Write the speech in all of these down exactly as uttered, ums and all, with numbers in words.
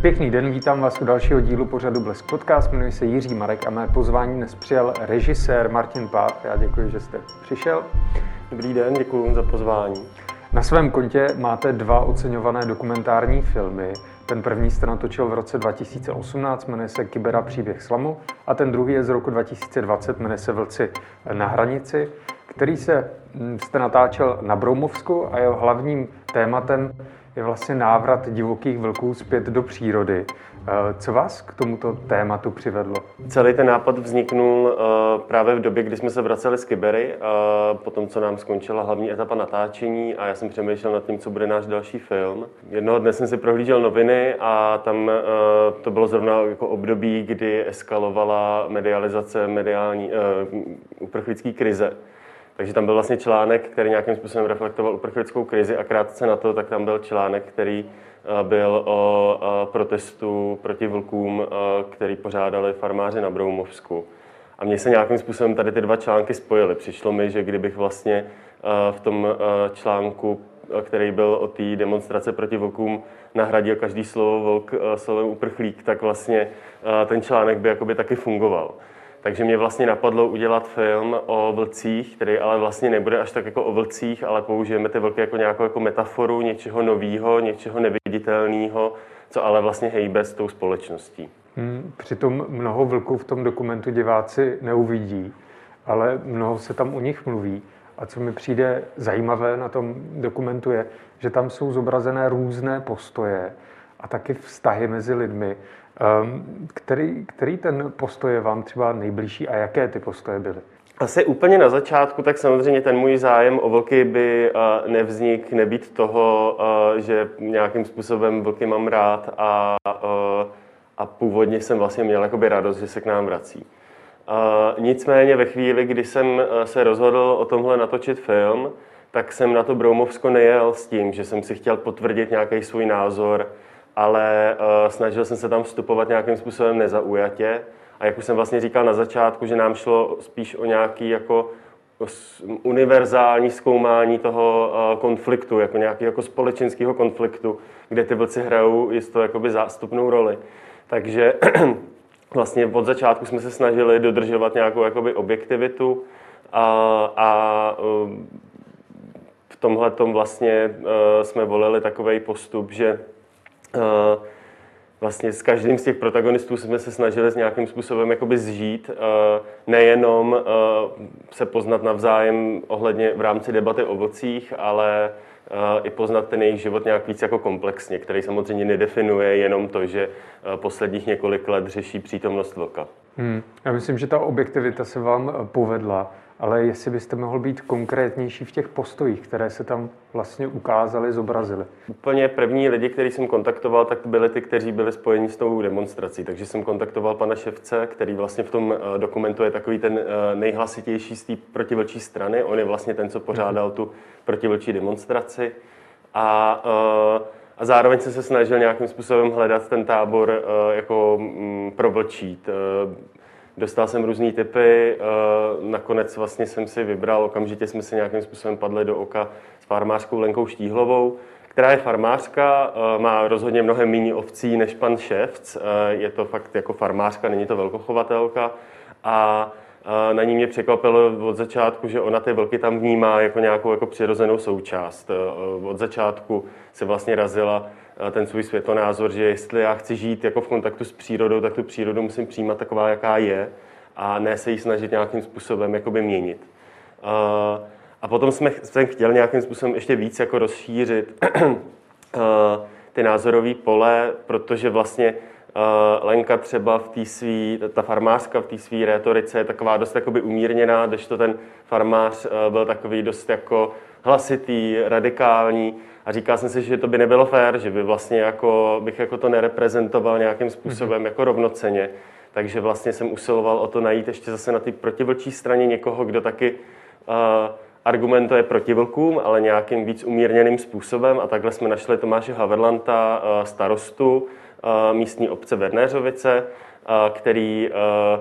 Pěkný den, vítám vás u dalšího dílu pořadu Blesk Podcast. Jmenuji se Jiří Marek a mé pozvání dnes přijal režisér Martin Pfaff. Já děkuji, že jste přišel. Dobrý den, děkuji za pozvání. Na svém kontě máte dva oceňované dokumentární filmy. Ten první jste natočil v roce dva tisíce osmnáct, jmenuje se Kybera příběh slamu, a ten druhý je z roku dva tisíce dvacet, jmenuje se Vlci na hranici, který se jste natáčel na Broumovsku a jeho hlavním tématem je vlastně návrat divokých vlků zpět do přírody. Co vás k tomuto tématu přivedlo? Celý ten nápad vzniknul uh, právě v době, kdy jsme se vraceli z Kybery, uh, po tom, co nám skončila hlavní etapa natáčení, a já jsem přemýšlel nad tím, co bude náš další film. Jednoho dne jsem si prohlížel noviny a tam uh, to bylo zrovna jako období, kdy eskalovala medializace mediální uh, uprchlické krize. Takže tam byl vlastně článek, který nějakým způsobem reflektoval uprchlickou krizi, a krátce na to, tak tam byl článek, který byl o protestu proti vlkům, který pořádali farmáři na Broumovsku. A mně se nějakým způsobem tady ty dva články spojily. Přišlo mi, že kdybych vlastně v tom článku, který byl o té demonstrace proti vlkům, nahradil každý slovo vlk slovem uprchlík, tak vlastně ten článek by jakoby taky fungoval. Takže mě vlastně napadlo udělat film o vlcích, který ale vlastně nebude až tak jako o vlcích, ale použijeme ty vlky jako nějakou jako metaforu něčeho nového, něčeho neviditelného, co ale vlastně hejbe s tou společností. Hmm, přitom mnoho vlků v tom dokumentu diváci neuvidí, ale mnoho se tam o nich mluví. A co mi přijde zajímavé na tom dokumentu je, že tam jsou zobrazené různé postoje a taky vztahy mezi lidmi. Který, který ten postoj je vám třeba nejbližší a jaké ty postoje byly? Asi úplně na začátku, tak samozřejmě ten můj zájem o vlky by nevznik nebýt toho, že nějakým způsobem vlky mám rád a, a původně jsem vlastně měl jakoby radost, že se k nám vrací. Nicméně ve chvíli, kdy jsem se rozhodl o tomhle natočit film, tak jsem na to Broumovsko nejel s tím, že jsem si chtěl potvrdit nějaký svůj názor, ale uh, snažil jsem se tam vstupovat nějakým způsobem nezaujatě. A jak už jsem vlastně říkal na začátku, že nám šlo spíš o nějaký jako univerzální zkoumání toho uh, konfliktu, jako nějaký jako společenského konfliktu, kde ty vlci hrajou jistou jakoby zástupnou roli. Takže vlastně od začátku jsme se snažili dodržovat nějakou jakoby objektivitu a, a uh, v tomhletom vlastně uh, jsme volili takovej postup, že Uh, vlastně s každým z těch protagonistů jsme se snažili s nějakým způsobem jakoby zžít, uh, nejenom uh, se poznat navzájem ohledně v rámci debaty o vlcích, ale uh, i poznat ten jejich život nějak víc jako komplexně, který samozřejmě nedefinuje jenom to, že uh, posledních několik let řeší přítomnost vlka. Hmm. Já myslím, že ta objektivita se vám povedla, ale jestli byste mohl být konkrétnější v těch postojích, které se tam vlastně ukázaly, zobrazily. Úplně první lidi, který jsem kontaktoval, tak byli ty, kteří byli spojeni s tou demonstrací. Takže jsem kontaktoval pana Ševce, který vlastně v tom dokumentu je takový ten nejhlasitější z té protivlčí strany. On je vlastně ten, co pořádal tu protivlčí demonstraci. A, a zároveň jsem se snažil nějakým způsobem hledat ten tábor jako provlčí. Dostal jsem různý typy, nakonec vlastně jsem si vybral, okamžitě jsme si nějakým způsobem padli do oka s farmářkou Lenkou Štíhlovou, která je farmářka, má rozhodně mnohem méně ovcí než pan Ševc, je to fakt jako farmářka, není to velkochovatelka, a na ní mě překvapilo od začátku, že ona ty vlky tam vnímá jako nějakou jako přirozenou součást. Od začátku se vlastně razila ten svůj světonázor, že jestli já chci žít jako v kontaktu s přírodou, tak tu přírodu musím přijímat taková, jaká je, a ne se jí snažit nějakým způsobem jakoby měnit. A potom jsme, jsem chtěl nějakým způsobem ještě víc jako rozšířit ty názorové pole, protože vlastně Lenka třeba v té svý, ta farmářka v té své rétorice je taková dost jakoby umírněná, kdežto ten farmář byl takový dost jako hlasitý, radikální, a říkal jsem si, že to by nebylo fér, že by vlastně jako, bych jako to nereprezentoval nějakým způsobem jako rovnocenně. Takže vlastně jsem usiloval o to najít ještě zase na té protivlčí straně někoho, kdo taky uh, argumentuje proti vlkům, ale nějakým víc umírněným způsobem, a takhle jsme našli Tomáše Haverlanta, uh, starostu uh, místní obce Wernéřovice, uh, který uh,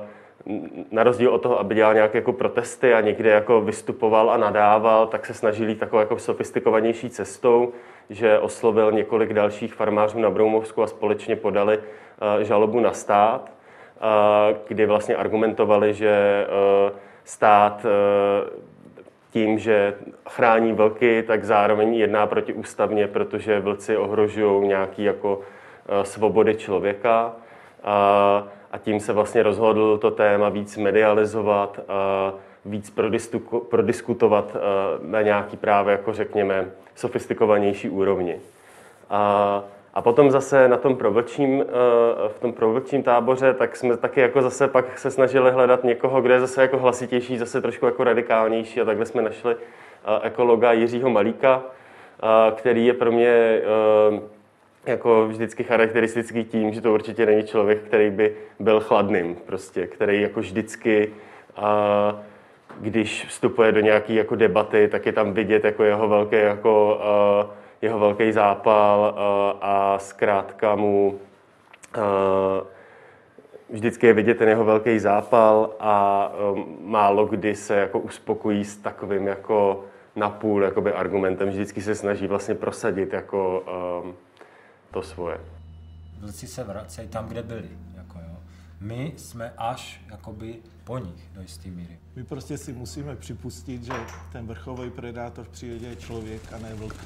na rozdíl od toho, aby dělal nějaké jako protesty a někde jako vystupoval a nadával, tak se snažil jít takovou jako sofistikovanější cestou, že oslovil několik dalších farmářů na Broumovsku a společně podali žalobu na stát, kdy vlastně argumentovali, že stát tím, že chrání vlky, tak zároveň jedná protiústavně, protože vlci ohrožují nějaký jako svobody člověka. A tím se vlastně rozhodl to téma víc medializovat, víc prodiskutovat na nějaký právě, jako řekněme, sofistikovanější úrovni. A, a potom zase na tom provlčím, v tom provlčím táboře, tak jsme taky jako zase pak se snažili hledat někoho, kdo je zase jako hlasitější, zase trošku jako radikálnější, a takhle jsme našli ekologa Jiřího Malíka, který je pro mě jako vždycky charakteristický tím, že to určitě není člověk, který by byl chladným, prostě, který jako vždycky, a když vstupuje do nějaké jako debaty, tak je tam vidět jako jeho velký, jako, a, jeho velký zápal a, a zkrátka mu a, vždycky je vidět ten jeho velký zápal a a málo kdy se jako uspokojí s takovým jako napůl jakoby argumentem. Vždycky se snaží vlastně prosadit jako a, to svoje. Vlci se vracejí tam, kde byli. Jako jo. My jsme až jakoby po nich do jisté míry. My prostě si musíme připustit, že ten vrchový predátor v přírodě je člověk a ne vlk.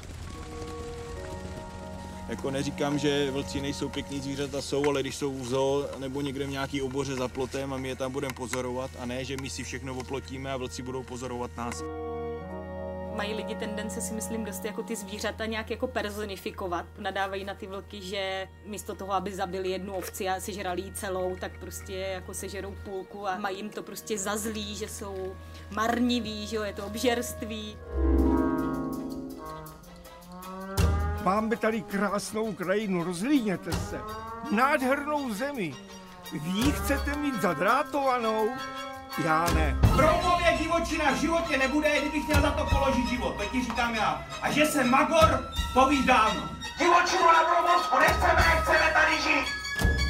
Jako neříkám, že vlci nejsou pěkný zvířata, jsou, ale když jsou v zoo nebo někde v nějaký oboře za plotem a my je tam budeme pozorovat, a ne, že my si všechno oplotíme a vlci budou pozorovat nás. Mají lidi tendence, si myslím, dost jako ty zvířata nějak jako personifikovat. Nadávají na ty vlky, že místo toho, aby zabili jednu ovci a sežrali ji celou, tak prostě jako sežerou půlku a mají jim to prostě za zlý, že jsou marniví, že jo, je to obžerství. Máme tady krásnou krajinu, rozhlídněte se. Nádhernou zemi. Vy ji chcete mít zadrátovanou? Já ne. Broumově divočina v životě nebude, kdybych měl za to položit život, to ti říkám já. A že jsem magor, to víš dávno. Divočinu na Broumovsku nechceme, chceme tady žít.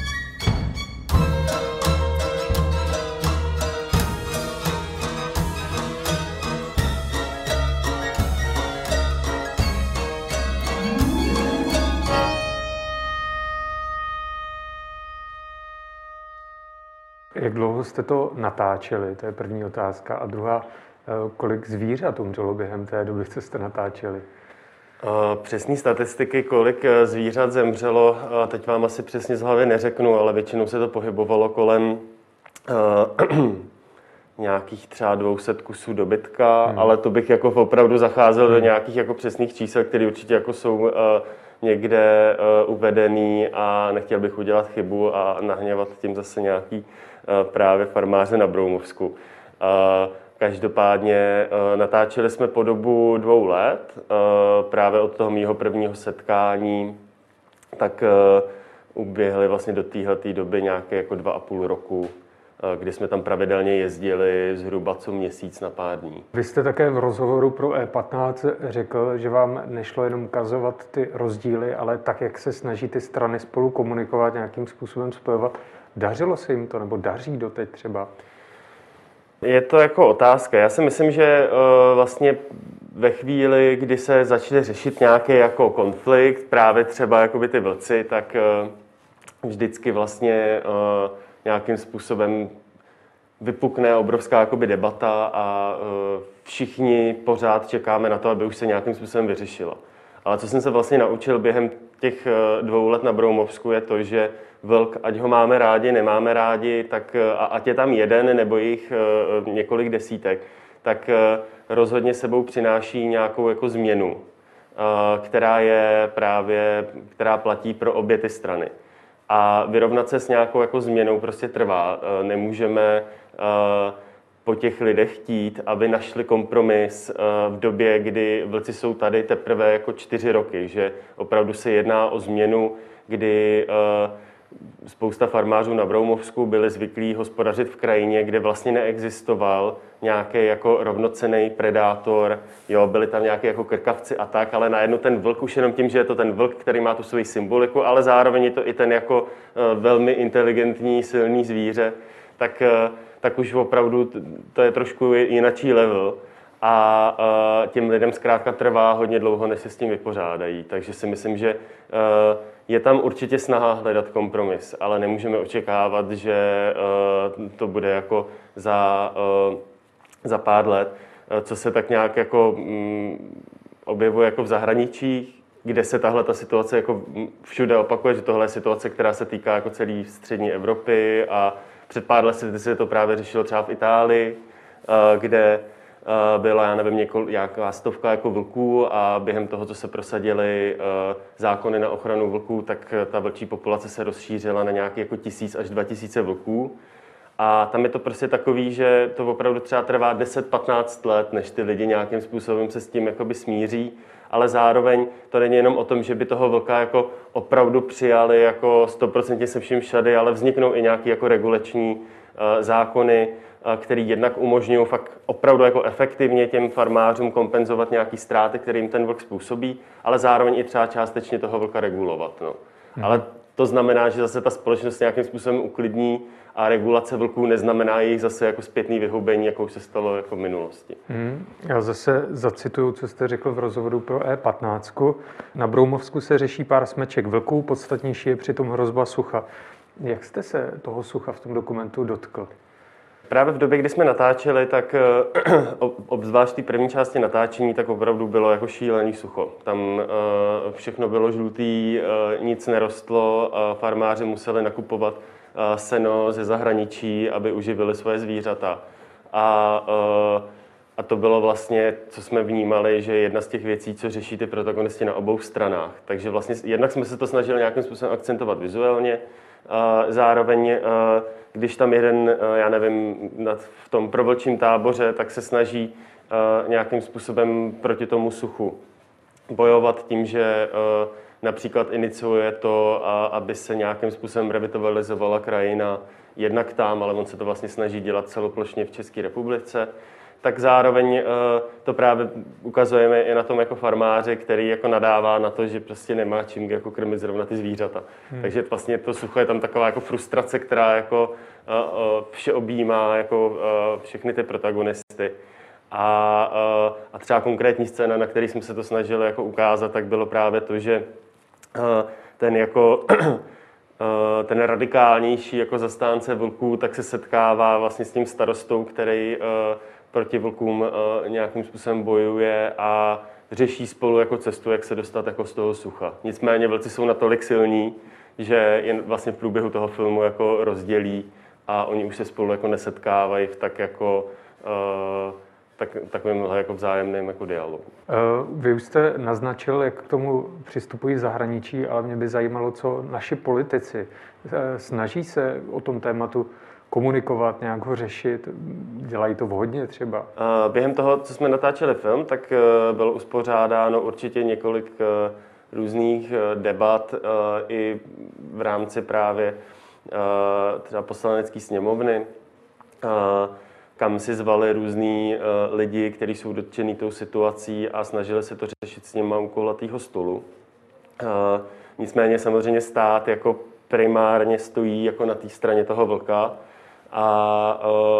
Jak dlouho jste to natáčeli? To je první otázka. A druhá, kolik zvířat umřelo během té doby, co jste natáčeli? Přesné statistiky, kolik zvířat zemřelo, teď vám asi přesně z hlavy neřeknu, ale většinou se to pohybovalo kolem uh, nějakých třeba dvě stě kusů dobytka, hmm. ale to bych jako opravdu zacházel hmm. do nějakých jako přesných čísel, které určitě jako jsou uh, někde uh, uvedený a nechtěl bych udělat chybu a nahněvat tím zase nějaký uh, právě farmáře na Broumovsku. Uh, každopádně uh, natáčeli jsme po dobu dvou let, uh, právě od toho mýho prvního setkání, tak uh, uběhly vlastně do téhleté doby nějaké jako dva a půl roku, uh, kdy jsme tam pravidelně jezdili zhruba co měsíc na pár dní. Vy jste také v rozhovoru pro E patnáct řekl, že vám nešlo jenom ukazovat ty rozdíly, ale tak, jak se snaží ty strany spolu komunikovat, nějakým způsobem spojovat. Dařilo se jim to, nebo daří doteď třeba? Je to jako otázka. Já si myslím, že uh, vlastně ve chvíli, kdy se začne řešit nějaký jako konflikt, právě třeba jakoby ty vlci, tak uh, vždycky vlastně uh, nějakým způsobem vypukne obrovská jakoby debata a uh, všichni pořád čekáme na to, aby už se nějakým způsobem vyřešilo. Ale co jsem se vlastně naučil během těch uh, dvou let na Broumovsku je to, že vlk, ať ho máme rádi, nemáme rádi, tak a ať je tam jeden nebo jich uh, několik desítek, tak uh, rozhodně sebou přináší nějakou jako změnu, uh, která je právě, která platí pro obě ty strany. A vyrovnat se s nějakou jako změnou prostě trvá. Uh, nemůžeme uh, po těch lidech chtít, aby našli kompromis uh, v době, kdy vlci jsou tady teprve jako čtyři roky, že opravdu se jedná o změnu, kdy uh, spousta farmářů na Broumovsku byli zvyklí hospodařit v krajině, kde vlastně neexistoval nějaký jako rovnocenný predátor, jo, byli tam nějaké jako krkavci a tak, ale najednou ten vlk už jenom tím, že je to ten vlk, který má tu svoji symboliku, ale zároveň je to i ten jako uh, velmi inteligentní, silný zvíře, tak uh, tak už opravdu to je trošku jinačí level. A uh, těm lidem zkrátka trvá hodně dlouho, než se s tím vypořádají. Takže si myslím, že uh, je tam určitě snaha hledat kompromis, ale nemůžeme očekávat, že uh, to bude jako za, uh, za pár let. Uh, co se tak nějak jako um, objevuje jako v zahraničí, kde se tahle ta situace jako všude opakuje, že tohle je situace, která se týká jako celé střední Evropy a před pár lety se to právě řešilo třeba v Itálii, uh, kde byla, já nevím, nějaká stovka jako vlků a během toho, co se prosadily zákony na ochranu vlků, tak ta vlčí populace se rozšířila na nějaký jako tisíc až dva tisíce vlků. A tam je to prostě takový, že to opravdu třeba trvá deset patnáct let, než ty lidi nějakým způsobem se s tím jakoby smíří, ale zároveň to není jenom o tom, že by toho vlka jako opravdu přijali jako stoprocentně se vším všady, ale vzniknou i nějaké jako regulační zákony, který jednak umožňují fakt opravdu jako efektivně těm farmářům kompenzovat nějaký ztráty, které jim ten vlk způsobí, ale zároveň i třeba částečně toho vlka regulovat. No. Hmm. Ale to znamená, že zase ta společnost nějakým způsobem uklidní a regulace vlků neznamená jejich zase jako zpětný vyhubení, jako už se stalo jako v minulosti. Hmm. Já zase zacituju, co jste řekl v rozhovoru pro E patnáct. Na Broumovsku se řeší pár smeček vlků, podstatnější je přitom hrozba sucha. Jak jste se toho sucha v tom dokumentu dotkl? Právě v době, kdy jsme natáčeli, tak obzvlášť té první části natáčení, tak opravdu bylo jako šílený sucho. Tam všechno bylo žlutý, nic nerostlo, farmáři museli nakupovat seno ze zahraničí, aby uživili svoje zvířata. A, a to bylo vlastně, co jsme vnímali, že jedna z těch věcí, co řeší ty protagonisti na obou stranách. Takže vlastně jednak jsme se to snažili nějakým způsobem akcentovat vizuálně, zároveň když tam jeden, já nevím, v tom provlčím táboře, tak se snaží nějakým způsobem proti tomu suchu bojovat tím, že například iniciuje to, aby se nějakým způsobem revitalizovala krajina jednak tam, ale on se to vlastně snaží dělat celoplošně v České republice. Tak zároveň to právě ukazujeme i na tom jako farmáři, který jako nadává na to, že prostě nemá čím jako krmit zrovna ty zvířata. Hmm. Takže vlastně to sucho je tam taková jako frustrace, která jako vše objímá jako všechny ty protagonisty. A, a třeba konkrétní scéna, na který jsme se to snažili jako ukázat, tak bylo právě to, že ten jako ten radikálnější jako zastánce vlků tak se setkává vlastně s tím starostou, který proti vlkům nějakým způsobem bojuje a řeší spolu jako cestu, jak se dostat jako z toho sucha. Nicméně vlci jsou natolik silní, že jen vlastně v průběhu toho filmu jako rozdělí a oni už se spolu jako nesetkávají v tak jako tak, takovémhle jako vzájemném jako dialogu. Vy už jste naznačil, jak k tomu přistupují v zahraničí, ale mě by zajímalo, co naši politici snaží se o tom tématu komunikovat, nějak ho řešit, dělají to vhodně třeba? Během toho, co jsme natáčeli film, tak bylo uspořádáno určitě několik různých debat i v rámci právě třeba poslanecké sněmovny, kam si zvali různý lidi, kteří jsou dotčený tou situací a snažili se to řešit s nimi u kulatého stolu. Nicméně samozřejmě stát jako primárně stojí jako na té straně toho vlka, A,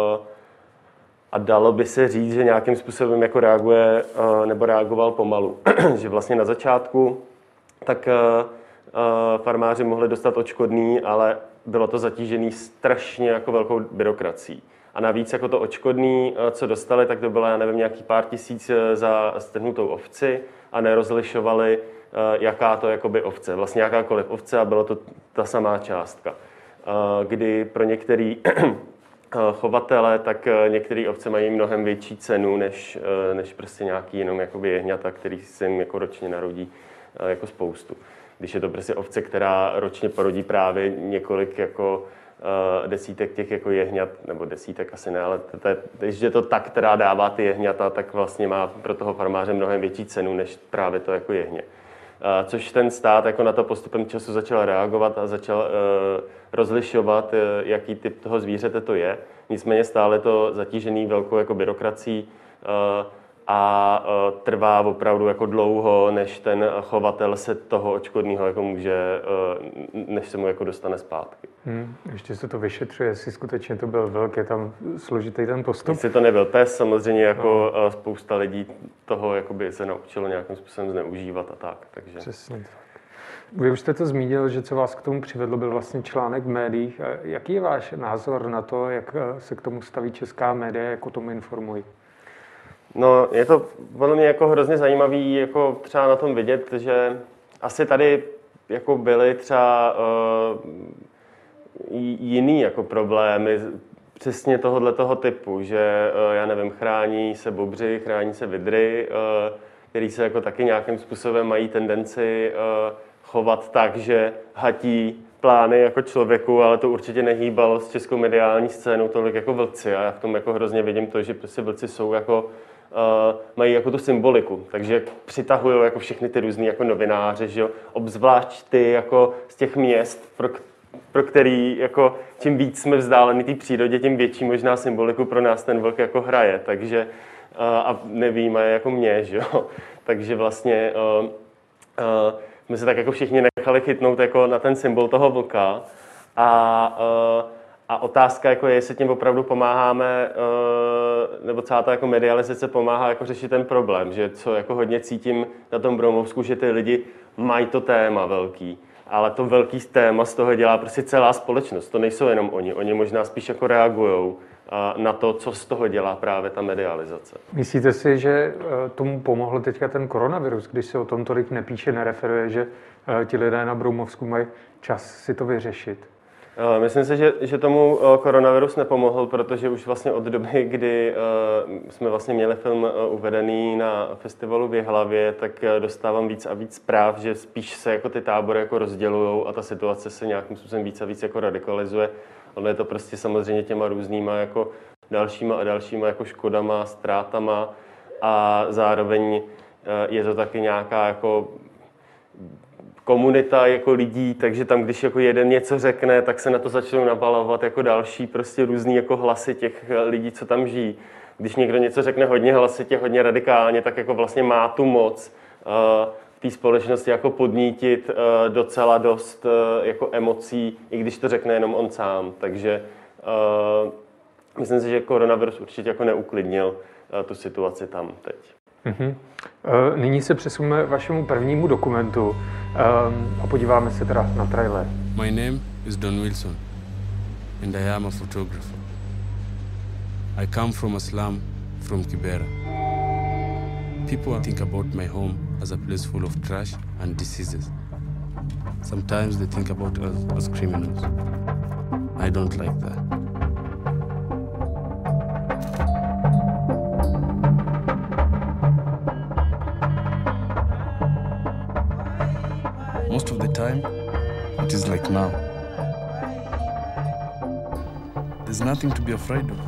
a dalo by se říct, že nějakým způsobem jako reaguje nebo reagoval pomalu. Že vlastně na začátku tak farmáři mohli dostat odškodný, ale bylo to zatížený strašně jako velkou byrokracií. A navíc jako to odškodný, co dostali, tak to bylo, já nevím, nějaký pár tisíc za strhnutou ovci a nerozlišovali, jaká to jakoby ovce. Vlastně jakákoliv ovce a bylo to ta samá částka. Kdy pro některý chovatele, tak některé ovce mají mnohem větší cenu, než, než prostě nějaký jenom jakoby jehňata, který se jim jako ročně narodí jako spoustu. Když je to prostě ovce, která ročně porodí právě několik jako desítek těch jako jehňat, nebo desítek asi ne, ale to je, když je to ta, která dává ty jehňata, tak vlastně má pro toho farmáře mnohem větší cenu, než právě to jako jehně. Což ten stát jako na to postupem času začal reagovat a začal uh, rozlišovat, uh, jaký typ toho zvířete to je. Nicméně stále to zatížený velkou jako byrokracií uh, a uh, trvá opravdu jako dlouho, než ten chovatel se toho odškodného jako může, uh, než se mu jako dostane zpátky. Hmm, ještě se to vyšetřuje, jestli skutečně to byl vlk, je tam složitý ten postup. Jestli to nebyl pes, samozřejmě jako no. spousta lidí toho jakoby se naučilo nějakým způsobem zneužívat a tak. Takže... Přesně tak. Vy už jste to zmínil, že co vás k tomu přivedlo, byl vlastně článek v médiích. Jaký je váš názor na to, jak se k tomu staví česká média, jak o tom informují? No, je to podle mě jako hrozně zajímavý jako třeba na tom vidět, že asi tady jako byly třeba uh, jiný jako problémy přesně tohoto typu, že uh, já nevím, chrání se bobři, chrání se vidry, uh, který se jako taky nějakým způsobem mají tendenci uh, chovat tak, že hatí plány jako člověku, ale to určitě nehýbalo s českou mediální scénou tolik jako vlci. A já v tom jako hrozně vidím to, že prostě vlci jsou jako Uh, mají jako tu symboliku, takže přitahují jako všechny ty různý jako novináře, že jo, obzvlášť ty jako z těch měst, pro, pro který jako čím víc jsme vzdáleni té přírodě, tím větší možná symboliku pro nás ten vlk jako hraje, takže uh, a nevíme jako mě, že jo, takže vlastně uh, uh, jsme se tak jako všichni nechali chytnout jako na ten symbol toho vlka a uh, A otázka jako je, jestli tím opravdu pomáháme, nebo celá ta jako medializace pomáhá jako řešit ten problém, že co jako hodně cítím na tom Broumovsku, že ty lidi mají to téma velký, ale to velký téma z toho dělá prostě celá společnost, to nejsou jenom oni, oni možná spíš jako reagujou na to, co z toho dělá právě ta medializace. Myslíte si, že tomu pomohl teďka ten koronavirus, když se o tom tolik nepíše, nereferuje, že ti lidé na Broumovsku mají čas si to vyřešit? Myslím si, že, že tomu koronavirus nepomohl, protože už vlastně od doby, kdy jsme vlastně měli film uvedený na festivalu v Jihlavě, tak dostávám víc a víc zpráv, že spíš se jako ty tábory jako rozdělujou a ta situace se nějakým způsobem víc a víc jako radikalizuje. Ono je to prostě samozřejmě těma různýma jako dalšíma a dalšíma jako škodama, ztrátama a zároveň je to taky nějaká jako komunita jako lidí, takže tam, když jako jeden něco řekne, tak se na to začnou nabalovat jako další prostě různý jako hlasy těch lidí, co tam žijí. Když někdo něco řekne hodně hlasitě, hodně radikálně, tak jako vlastně má tu moc uh, v té společnosti jako podnítit uh, docela dost uh, jako emocí, i když to řekne jenom on sám. Takže uh, myslím si, že koronavirus určitě jako neuklidnil uh, tu situaci tam teď. Mm-hmm. Nyní se přesuneme vašemu prvnímu dokumentu um, a podíváme se teda na trailer. My name is Don Wilson and I am a photographer. I come from a slum from Kibera. People think about my home as a place full of trash and diseases. Sometimes they think about us as criminals. I don't like that. Most of the time, it is like now. There's nothing to be afraid of.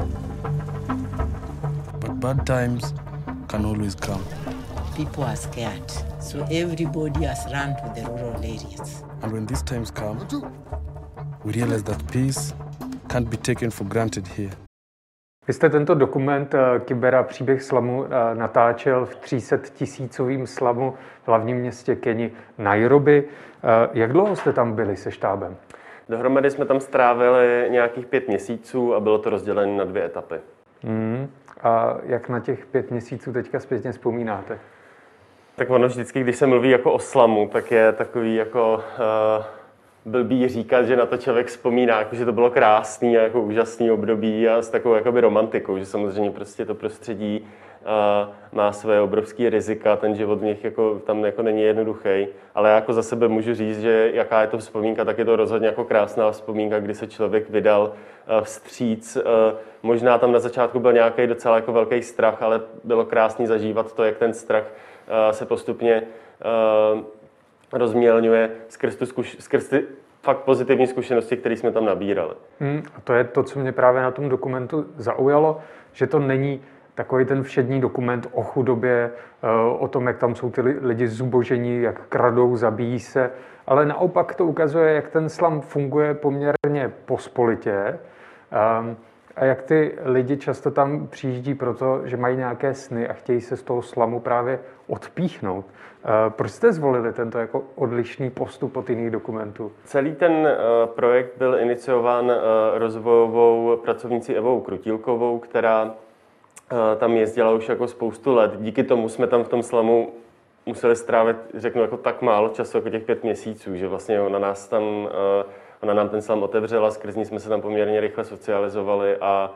But bad times can always come. People are scared, so everybody has run to the rural areas. And when these times come, we realize that peace can't be taken for granted here. Vy jste tento dokument Kibera příběh slamu natáčel v tři sta tisícovým slamu v hlavním městě Keni Nairobi. Jak dlouho jste tam byli se štábem? Dohromady jsme tam strávili nějakých pět měsíců a bylo to rozdělené na dvě etapy. Hmm. A jak na těch pět měsíců teďka zpětně vzpomínáte? Tak ono vždycky, když se mluví jako o slamu, tak je takový jako uh, blbý říkat, že na to člověk vzpomíná, jako, že to bylo krásný a jako úžasný období a s takovou jakoby romantikou, že samozřejmě prostě to prostředí uh, má své obrovské rizika, ten život v nich jako, tam jako není jednoduchý, ale já jako za sebe můžu říct, že jaká je to vzpomínka, tak je to rozhodně jako krásná vzpomínka, kdy se člověk vydal uh, vstříc. Uh, možná tam na začátku byl nějaký docela jako velký strach, ale bylo krásný zažívat to, jak ten strach uh, se postupně uh, rozmělňuje skrz, tu zkuš- skrz ty fakt pozitivní zkušenosti, které jsme tam nabírali. Hmm, a to je to, co mě právě na tom dokumentu zaujalo, že to není takový ten všední dokument o chudobě, o tom, jak tam jsou ty lidi zubožení, jak kradou, zabíjí se, ale naopak to ukazuje, jak ten slam funguje poměrně pospolitě. A jak ty lidi často tam přijíždí proto, že mají nějaké sny a chtějí se z toho slamu právě odpíchnout. Proč jste zvolili tento jako odlišný postup od jiných dokumentů? Celý ten projekt byl iniciován rozvojovou pracovnicí Evou Krutílkovou, která tam jezdila už jako spoustu let. Díky tomu jsme tam v tom slamu museli strávit, řeknu, jako tak málo času, jako těch pět měsíců, že vlastně ona nás tam, ona nám ten slam otevřela, skrz ní jsme se tam poměrně rychle socializovali a, a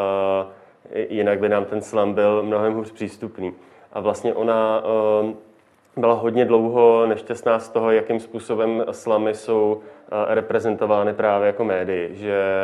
jinak by nám ten slam byl mnohem hůř přístupný. A vlastně ona byla hodně dlouho nešťastná z toho, jakým způsobem slamy jsou reprezentovány právě jako médii, že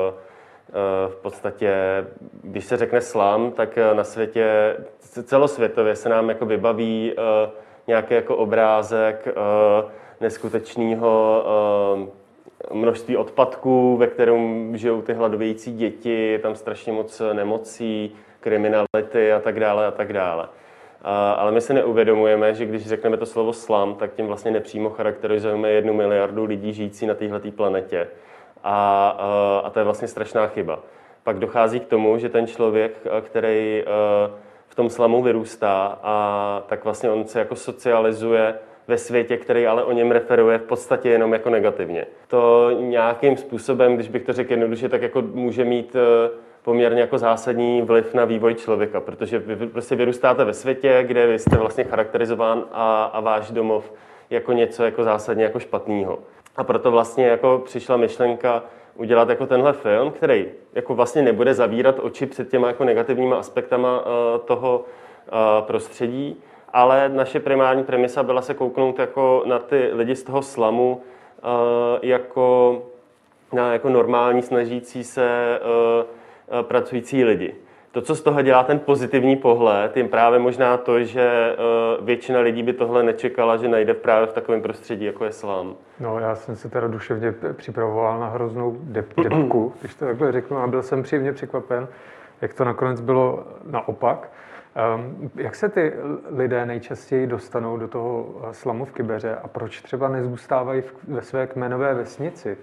v podstatě, když se řekne slam, tak na světě, celosvětově se nám jako vybaví nějaký jako obrázek neskutečného množství odpadků, ve kterém žijou ty hladovějící děti, je tam strašně moc nemocí, kriminality a tak dále a tak dále. Ale my si neuvědomujeme, že když řekneme to slovo slam, tak tím vlastně nepřímo charakterizujeme jednu miliardu lidí žijící na téhleté planetě. A, a to je vlastně strašná chyba. Pak dochází k tomu, že ten člověk, který v tom slamu vyrůstá, a tak vlastně on se jako socializuje ve světě, který ale o něm referuje v podstatě jenom jako negativně. To nějakým způsobem, když bych to řekl jednoduše, tak jako může mít poměrně jako zásadní vliv na vývoj člověka, protože vy prostě vyrůstáte ve světě, kde vy jste vlastně charakterizován a, a váš domov jako něco jako zásadně jako špatného. A proto vlastně jako přišla myšlenka udělat jako tenhle film, který jako vlastně nebude zavírat oči před těma jako negativníma aspektama uh, toho uh, prostředí, ale naše primární premisa byla se kouknout jako na ty lidi z toho slamu uh, jako na jako normální snažící se uh, uh, pracující lidi. To, co z toho dělá ten pozitivní pohled, je právě možná to, že uh, většina lidí by tohle nečekala, že najde právě v takovém prostředí, jako je slam. No, já jsem se teda duševně připravoval na hroznou dep- depku, když to takhle řeknu, a byl jsem příjemně překvapen, jak to nakonec bylo naopak. Um, jak se ty lidé nejčastěji dostanou do toho slamu v Kybeře a proč třeba nezůstávají v, ve své kmenové vesnici?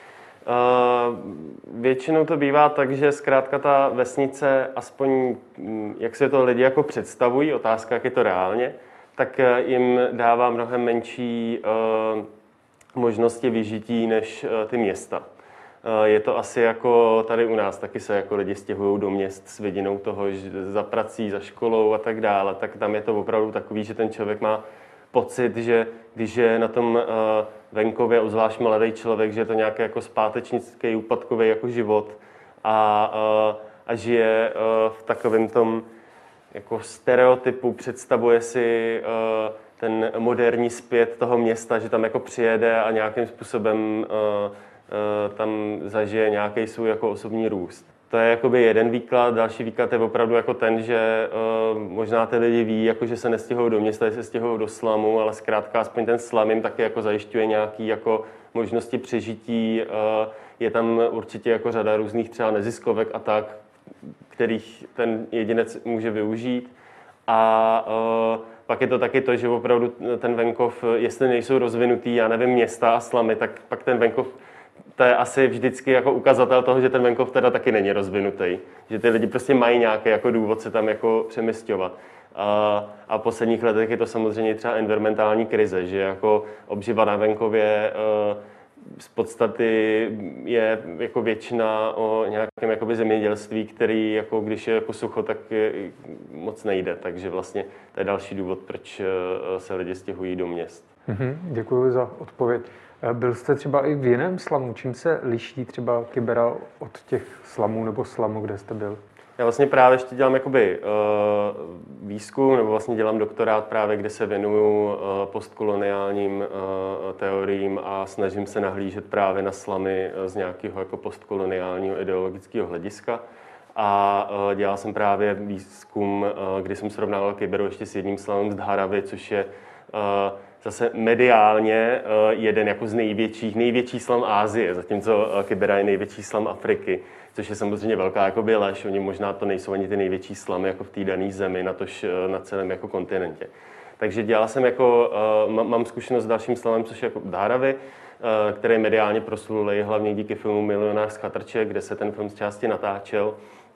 Uh, většinou to bývá tak, že zkrátka ta vesnice, aspoň jak se to lidi jako představují, otázka, jak je to reálně, tak jim dává mnohem menší uh, možnosti vyžití než uh, ty města. Uh, je to asi jako tady u nás, taky se jako lidi stěhují do měst s vidinou toho, že za prací, za školou a tak dále, tak tam je to opravdu takový, že ten člověk má pocit, že když je na tom uh, venkově, zvlášť mladý člověk, že je to nějaký jako zpátečnický, úpadkový jako život a, uh, a žije uh, v takovém tom jako stereotypu, představuje si uh, ten moderní zpět toho města, že tam jako přijede a nějakým způsobem uh, uh, tam zažije nějaký svůj jako osobní růst. To je jakoby jeden výklad, další výklad je opravdu jako ten, že uh, možná ty lidi ví, jako, že se nestěhují do města, že se stěhují do slamu, ale zkrátka aspoň ten slam jim taky jako zajišťuje nějaký jako možnosti přežití. Uh, je tam určitě jako řada různých třeba neziskovek a tak, kterých ten jedinec může využít. A uh, pak je to taky to, že opravdu ten venkov, jestli nejsou rozvinutý, já nevím, města a slamy, tak pak ten venkov, to je asi vždycky jako ukazatel toho, že ten venkov teda taky není rozvinutý. Že ty lidi prostě mají nějaký jako důvod se tam jako přemysťovat. A, a v posledních letech je to samozřejmě třeba environmentální krize, že jako obživa na venkově z podstaty je jako většina o nějakém jakoby zemědělství, který jako když je jako sucho, tak je, moc nejde. Takže vlastně to je další důvod, proč se lidi stěhují do měst. Mm-hmm, děkuji za odpověď. Byl jste třeba i v jiném slamu? Čím se liší třeba Kybera od těch slamů nebo slamu, kde jste byl? Já vlastně právě ještě dělám jakoby uh, výzkum, nebo vlastně dělám doktorát právě, kde se věnuju uh, postkoloniálním uh, teoriím a snažím se nahlížet právě na slamy z nějakého jako postkoloniálního ideologického hlediska. A uh, dělal jsem právě výzkum, uh, kdy jsem srovnával Kyberu ještě s jedním slamem z Dharavy, což je uh, zase mediálně uh, jeden jako z největších, největší slam Asie, zatímco uh, Kybera je největší slam Afriky, což je samozřejmě velká jakoby lež. Oni možná to nejsou ani ty největší slamy jako v té dané zemi, natož uh, na celém jako kontinentě. Takže dělal jsem jako, uh, mám zkušenost s dalším slamem, což je jako Dharavy, který mediálně proslulý hlavně díky filmu Milionář z chatrče, kde se ten film z části natáčel.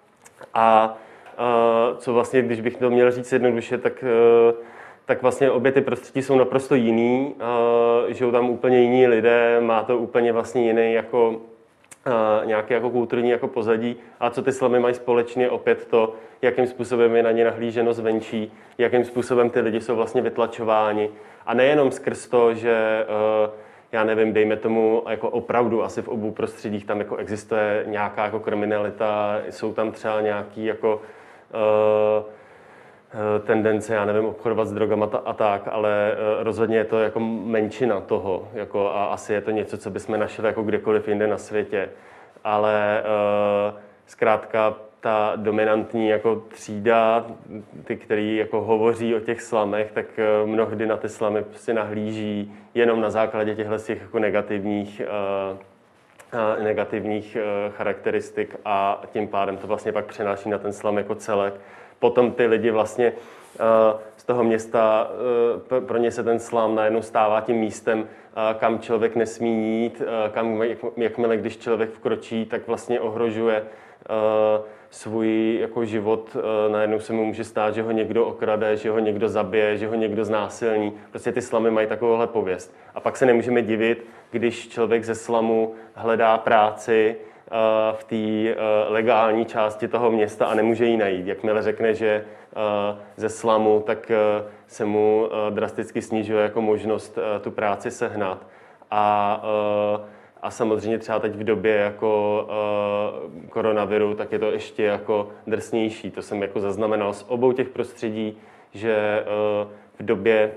A co vlastně, když bych to měl říct jednoduše, tak, tak vlastně obě ty prostředí jsou naprosto jiný, žijou tam úplně jiní lidé, má to úplně vlastně jiný jako nějaké jako kulturní jako pozadí. A co ty slamy mají společně, opět to, jakým způsobem je na ně nahlíženo zvenčí, jakým způsobem ty lidi jsou vlastně vytlačováni. A nejenom skrz to, že já nevím, dejme tomu, jako opravdu asi v obou prostředích tam jako existuje nějaká jako kriminalita, jsou tam třeba nějaký jako uh, tendence, já nevím, obchodovat s drogama a tak, ale uh, rozhodně je to jako menšina toho, jako, a asi je to něco, co bychom našli jako kdekoliv jinde na světě. Ale uh, zkrátka ta dominantní jako třída, ty, který jako hovoří o těch slamech, tak mnohdy na ty slamy prostě nahlíží jenom na základě těchto těch jako negativních, uh, negativních uh, charakteristik a tím pádem to vlastně pak přenáší na ten slam jako celek. Potom ty lidi vlastně uh, z toho města, uh, pro ně se ten slam najednou stává tím místem, uh, kam člověk nesmí jít, uh, kam jak, jakmile když člověk vkročí, tak vlastně ohrožuje uh, svůj jako život, najednou se mu může stát, že ho někdo okrade, že ho někdo zabije, že ho někdo znásilní. Prostě ty slamy mají takovouhle pověst. A pak se nemůžeme divit, když člověk ze slamu hledá práci v té legální části toho města a nemůže ji najít. Jakmile řekne, že ze slamu, tak se mu drasticky snižuje jako možnost tu práci sehnat. A A samozřejmě třeba teď v době jako uh, koronaviru, tak je to ještě jako drsnější. To jsem jako zaznamenal z obou těch prostředí, že uh, v době,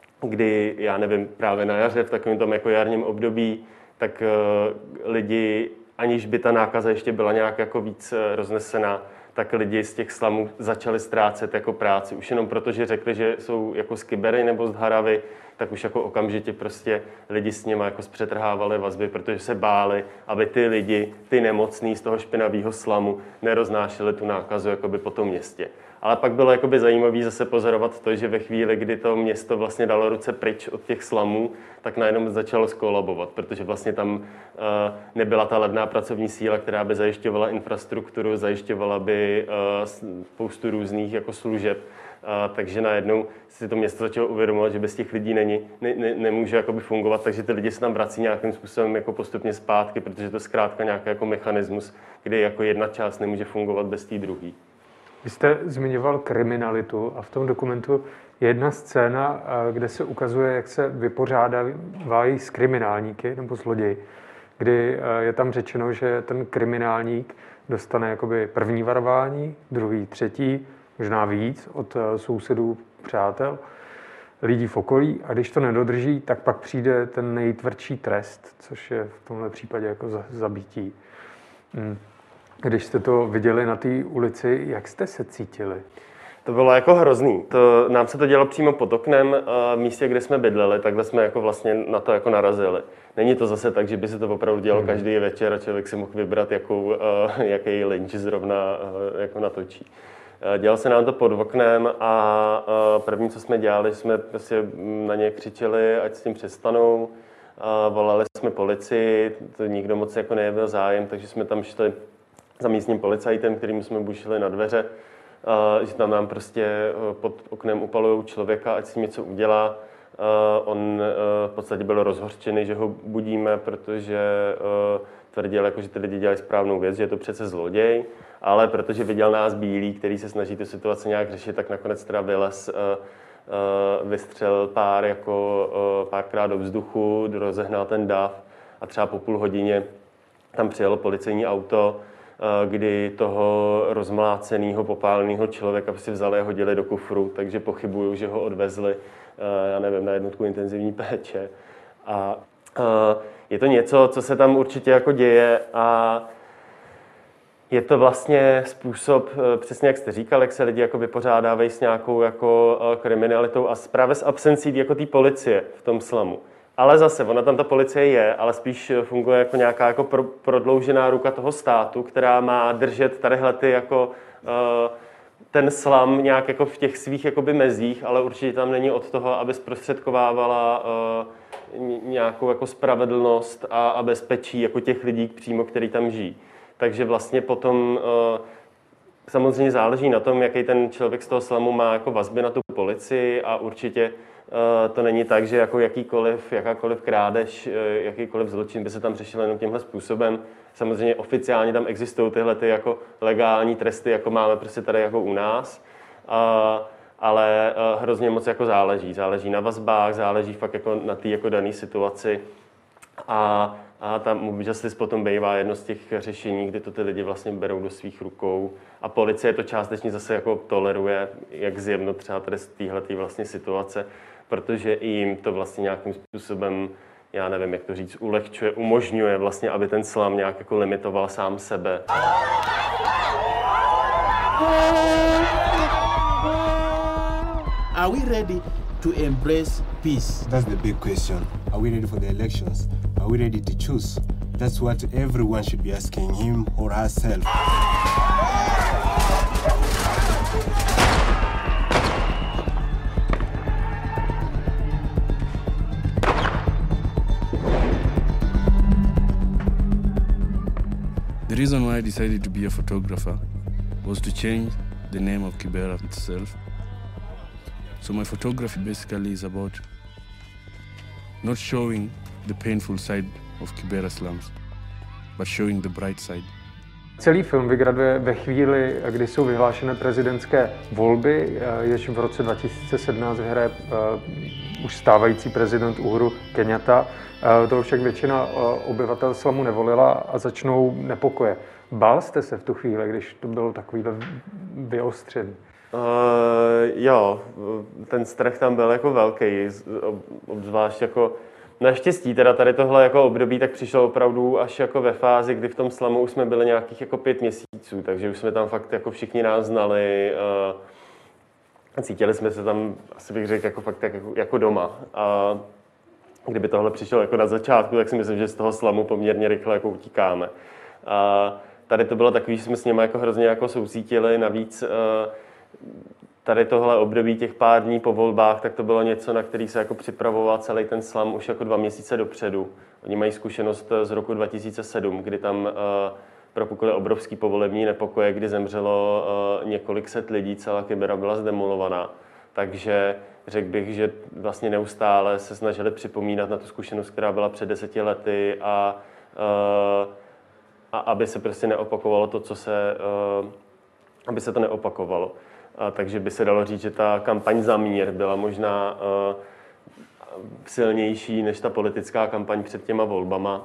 kdy, já nevím, právě na jaře, v takovém tom jako jarním období, tak uh, lidi, aniž by ta nákaza ještě byla nějak jako víc uh, roznesená, tak lidi z těch slamů začali ztrácet jako práci. Už jenom proto, že řekli, že jsou jako z Kybery nebo z Haravy, tak už jako okamžitě prostě lidi s nimi jako zpřetrhávali vazby, protože se báli, aby ty lidi, ty nemocný z toho špinavého slamu neroznášeli tu nákazu jakoby po tom městě. Ale pak bylo jakoby zajímavé zase pozorovat to, že ve chvíli, kdy to město vlastně dalo ruce pryč od těch slamů, tak najednou začalo skolabovat, protože vlastně tam uh, nebyla ta levná pracovní síla, která by zajišťovala infrastrukturu, zajišťovala by uh, spoustu různých jako služeb. Uh, takže najednou si to město začalo uvědomovat, že bez těch lidí není, ne, ne, nemůže jakoby fungovat, takže ty lidi se tam vrací nějakým způsobem jako postupně zpátky, protože to je zkrátka nějaký jako mechanismus, kdy jako jedna část nemůže fungovat bez té druhé. Vy jste zmiňoval kriminalitu a v tom dokumentu je jedna scéna, kde se ukazuje, jak se vypořádávají s kriminálníky nebo zloději, kdy je tam řečeno, že ten kriminálník dostane jakoby první varování, druhý, třetí, možná víc od sousedů, přátel, lidí v okolí a když to nedodrží, tak pak přijde ten nejtvrdší trest, což je v tomhle případě jako zabití. Hmm. Když jste to viděli na té ulici, jak jste se cítili? To bylo jako hrozný. To, nám se to dělo přímo pod oknem v místě, kde jsme bydleli, takhle jsme jako vlastně na to jako narazili. Není to zase tak, že by se to opravdu dělo každý večer a člověk si mohl vybrat, jakou, jaký lynč zrovna jako natočí. Dělalo se nám to pod oknem a první, co jsme dělali, jsme prostě na ně křičeli, ať s tím přestanou. Volali jsme policii, to nikdo moc jako nejevil zájem, takže jsme tam šli za místním policajtem, kterým jsme bušili na dveře, že tam nám prostě pod oknem upalujou člověka, ať si něco udělá. On v podstatě byl rozhořčený, že ho budíme, protože tvrdil, jako, že ty lidi dělají správnou věc, že je to přece zloděj, ale protože viděl nás bílí, který se snaží tu situaci nějak řešit, tak nakonec teda vylez, vystřelil pár, jako, párkrát do vzduchu, rozehnal ten dav a třeba po půl hodině tam přijelo policejní auto, kdy toho rozmláceného, popáleného člověka si vzali a hodili do kufru, takže pochybuju, že ho odvezli, já nevím, na jednotku intenzivní péče. A je to něco, co se tam určitě jako děje a je to vlastně způsob, přesně jak jste říkal, jak se lidi jako vypořádávají s nějakou jako kriminalitou a právě s absencí jako té policie v tom slamu. Ale zase, ona tam ta policie je, ale spíš funguje jako nějaká jako pro, prodloužená ruka toho státu, která má držet tadyhle ty jako uh, ten slam nějak jako v těch svých jakoby mezích, ale určitě tam není od toho, aby zprostředkovávala uh, nějakou jako spravedlnost a, a bezpečí jako těch lidí přímo, který tam žijí. Takže vlastně potom samozřejmě záleží na tom, jaký ten člověk z toho slamu má jako vazby na tu policii a určitě to není tak, že jako jakýkoliv, jakákoliv krádež, jakýkoliv zločin by se tam řešil jenom tímhle způsobem. Samozřejmě oficiálně tam existují tyhle ty jako legální tresty, jako máme prostě tady jako u nás, ale hrozně moc jako záleží. Záleží na vazbách, záleží fakt jako na té jako dané situaci a A tam Mob Justice potom bývá jedno z těch řešení, kdy to ty lidi vlastně berou do svých rukou. A policie to částečně zase jako toleruje, jak zjevno třeba tady z téhletý vlastně situace, protože i jim to vlastně nějakým způsobem, já nevím, jak to říct, ulehčuje, umožňuje vlastně, aby ten slam nějak jako limitoval sám sebe. Are we ready to embrace peace? That's the big question. Are we ready for the elections? Are we ready to choose? That's what everyone should be asking him or herself. The reason why I decided to be a photographer was to change the name of Kibera itself. So my photography basically is about not showing the painful side of Kibera slums, but showing the bright side. Celý film vygraduje ve chvíli, kdy jsou vyhlášené prezidentské volby, jež v roce dva tisíce sedmnáct vyhraje uh, už stávající prezident Uhuru Kenyatta. Uh, to však většina uh, obyvatel slamu nevolila a začnou nepokoje. Bál jste se v tu chvíli, když to bylo takovýhle vyostřený? Uh, jo, ten strach tam byl jako velký, obzvlášť jako naštěstí teda tady tohle jako období tak přišlo opravdu až jako ve fázi, kdy v tom slamu už jsme byli nějakých jako pět měsíců, takže už jsme tam fakt jako všichni nás znali, uh, cítili jsme se tam, asi bych řekl, jako fakt jako, jako doma. A kdyby tohle přišlo jako na začátku, tak si myslím, že z toho slamu poměrně rychle jako utíkáme. A tady to bylo takový, že jsme s nimi jako hrozně jako soucítili, navíc uh, tady tohle období těch pár dní po volbách, tak to bylo něco, na který se jako připravoval celý ten slam už jako dva měsíce dopředu. Oni mají zkušenost z roku dva tisíce sedm, kdy tam uh, propukly obrovský povolební nepokoje, kdy zemřelo uh, několik set lidí, celá Kibera byla zdemolovaná. Takže řekl bych, že vlastně neustále se snažili připomínat na tu zkušenost, která byla před deseti lety a, uh, a aby se prostě neopakovalo to, co se, uh, aby se to neopakovalo. A takže by se dalo říct, že ta kampaň za mír byla možná uh, silnější než ta politická kampaň před těma volbama.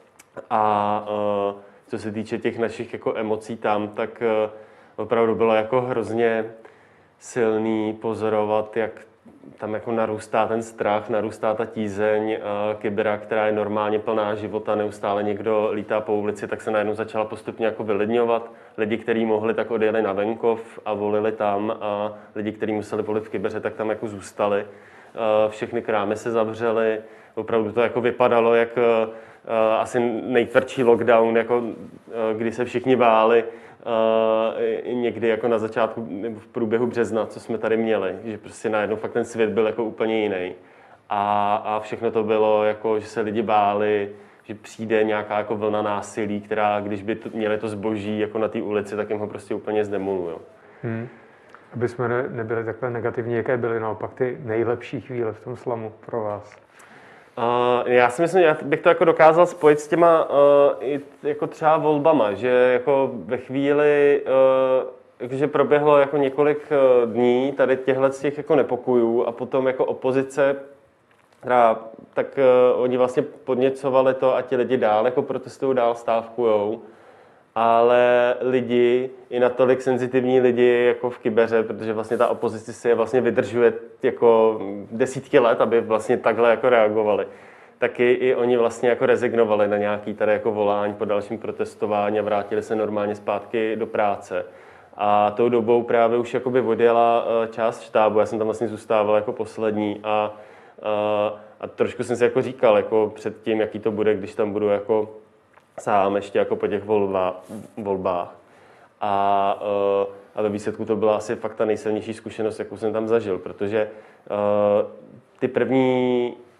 A uh, co se týče těch našich jako emocí tam, tak uh, opravdu bylo jako hrozně silný pozorovat, jak tam jako narůstá ten strach, narůstá ta tízeň. Kibera, která je normálně plná života, neustále někdo lítá po ulici, tak se najednou začala postupně jako vylidňovat. Lidi, kteří mohli, tak odjeli na venkov a volili tam, a lidi, kteří museli volit v Kibeře, tak tam jako zůstali. Všechny krámy se zavřely, opravdu to jako vypadalo jak asi nejtvrdší lockdown, jako kdy se všichni báli. Uh, někdy jako na začátku nebo v průběhu března, co jsme tady měli, že prostě najednou fakt ten svět byl jako úplně jiný. A, a všechno to bylo jako, že se lidi báli, že přijde nějaká jako vlna násilí, která, když by to, měli to zboží jako na té ulici, tak jim ho prostě úplně zdemolujou. Hmm. Aby jsme ne, nebyli takhle negativní, jaké byly naopak ty nejlepší chvíle v tom slamu pro vás? Uh, já si myslím, že bych to jako dokázal spojit s těma uh, i jako třeba volbama, že jako ve chvíli, uh, že proběhlo jako několik uh, dní tady těchhle z těch jako nepokojů a potom jako opozice, která, tak uh, oni vlastně podněcovali to a ti lidi dál jako protestují, dál stávkujou, ale lidi, i natolik senzitivní lidi jako v Kibeře, protože vlastně ta opozice si je vlastně vydržuje jako desítky let, aby vlastně takhle jako reagovali. Taky i oni vlastně jako rezignovali na nějaký tady jako volání po dalším protestování a vrátili se normálně zpátky do práce. A tou dobou právě už jakoby odjela část štábu, já jsem tam vlastně zůstával jako poslední a, a, a trošku jsem si jako říkal jako před tím, jaký to bude, když tam budu jako sám ještě jako po těch volba, volbách. A, uh, a ve výsledku to byla asi fakt ta nejsilnější zkušenost, jakou jsem tam zažil, protože uh, ty první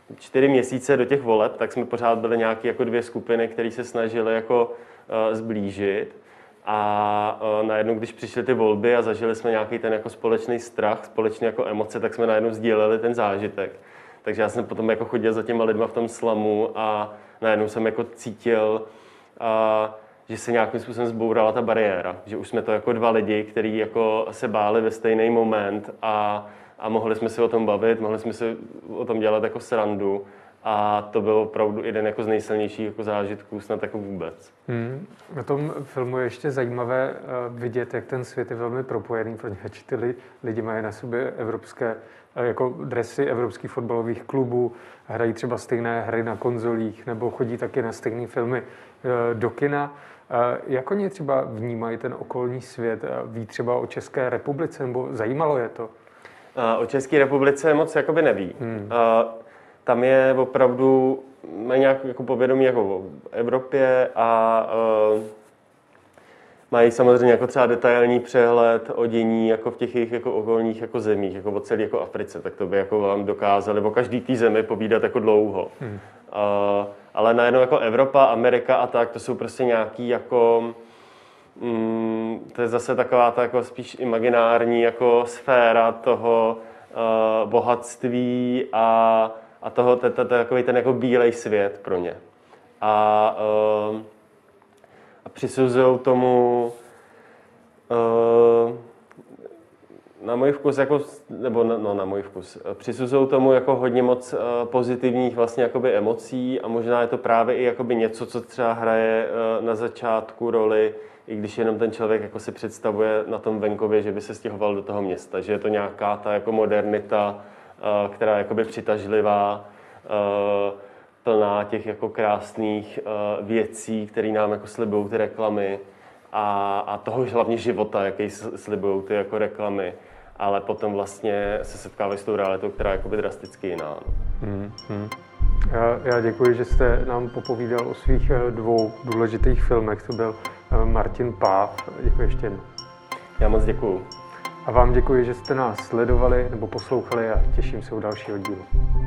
čtyři měsíce do těch voleb, tak jsme pořád byli nějaké jako dvě skupiny, které se snažily jako uh, zblížit. A uh, najednou, když přišly ty volby a zažili jsme nějaký ten jako společný strach, společné jako emoce, tak jsme najednou sdíleli ten zážitek. Takže já jsem potom jako chodil za těma lidma v tom slamu a najednou jsem jako cítil, uh, že se nějakým způsobem zbourala ta bariéra. Že už jsme to jako dva lidi, kteří jako se báli ve stejný moment a, a mohli jsme se o tom bavit, mohli jsme se o tom dělat jako srandu. A to byl opravdu jeden jako z nejsilnějších jako zážitků snad jako vůbec. Hmm. Na tom filmu je ještě zajímavé uh, vidět, jak ten svět je velmi propojený, protože ty lidi mají na sobě evropské uh, jako dresy evropských fotbalových klubů, hrají třeba stejné hry na konzolích, nebo chodí taky na stejné filmy uh, do kina. Uh, jak oni třeba vnímají ten okolní svět? Uh, ví třeba o České republice, nebo zajímalo je to? Uh, o České republice moc jakoby neví. Hmm. Uh, Tam je opravdu, mají nějak jako povědomí jako o Evropě a uh, mají samozřejmě jako třeba detailní přehled o dění jako v těch jejich jako okolních jako zemích, jako o celé jako Africe, tak to by jako vám dokázali o každý té zemi povídat jako dlouho. Hmm. Uh, ale najednou jako Evropa, Amerika a tak, to jsou prostě nějaký jako, mm, to je zase taková ta jako spíš imaginární jako sféra toho uh, bohatství a A toho, to je takový ten jako bílej svět pro ně. A, uh, a přisuzují tomu uh, na můj vkus, jako, nebo na, no na můj vkus, přisuzují tomu jako hodně moc uh, pozitivních vlastně jakoby emocí a možná je to právě i jakoby něco, co třeba hraje uh, na začátku roli, i když jenom ten člověk jako si představuje na tom venkově, že by se stěhoval do toho města, že je to nějaká ta jako modernita, která je jakoby přitažlivá, plná těch jako krásných věcí, které nám jako slibují ty reklamy a, a toho hlavně života, jaký slibují ty jako reklamy, ale potom vlastně se setkávají s tou realitou, která je jakoby drasticky jiná. Hmm, hmm. Já, já děkuji, že jste nám popovídal o svých dvou důležitých filmech. To byl Martin Páv. Děkuji ještě jednou. Já moc děkuju. A vám děkuji, že jste nás sledovali nebo poslouchali a těším se u dalšího dílu.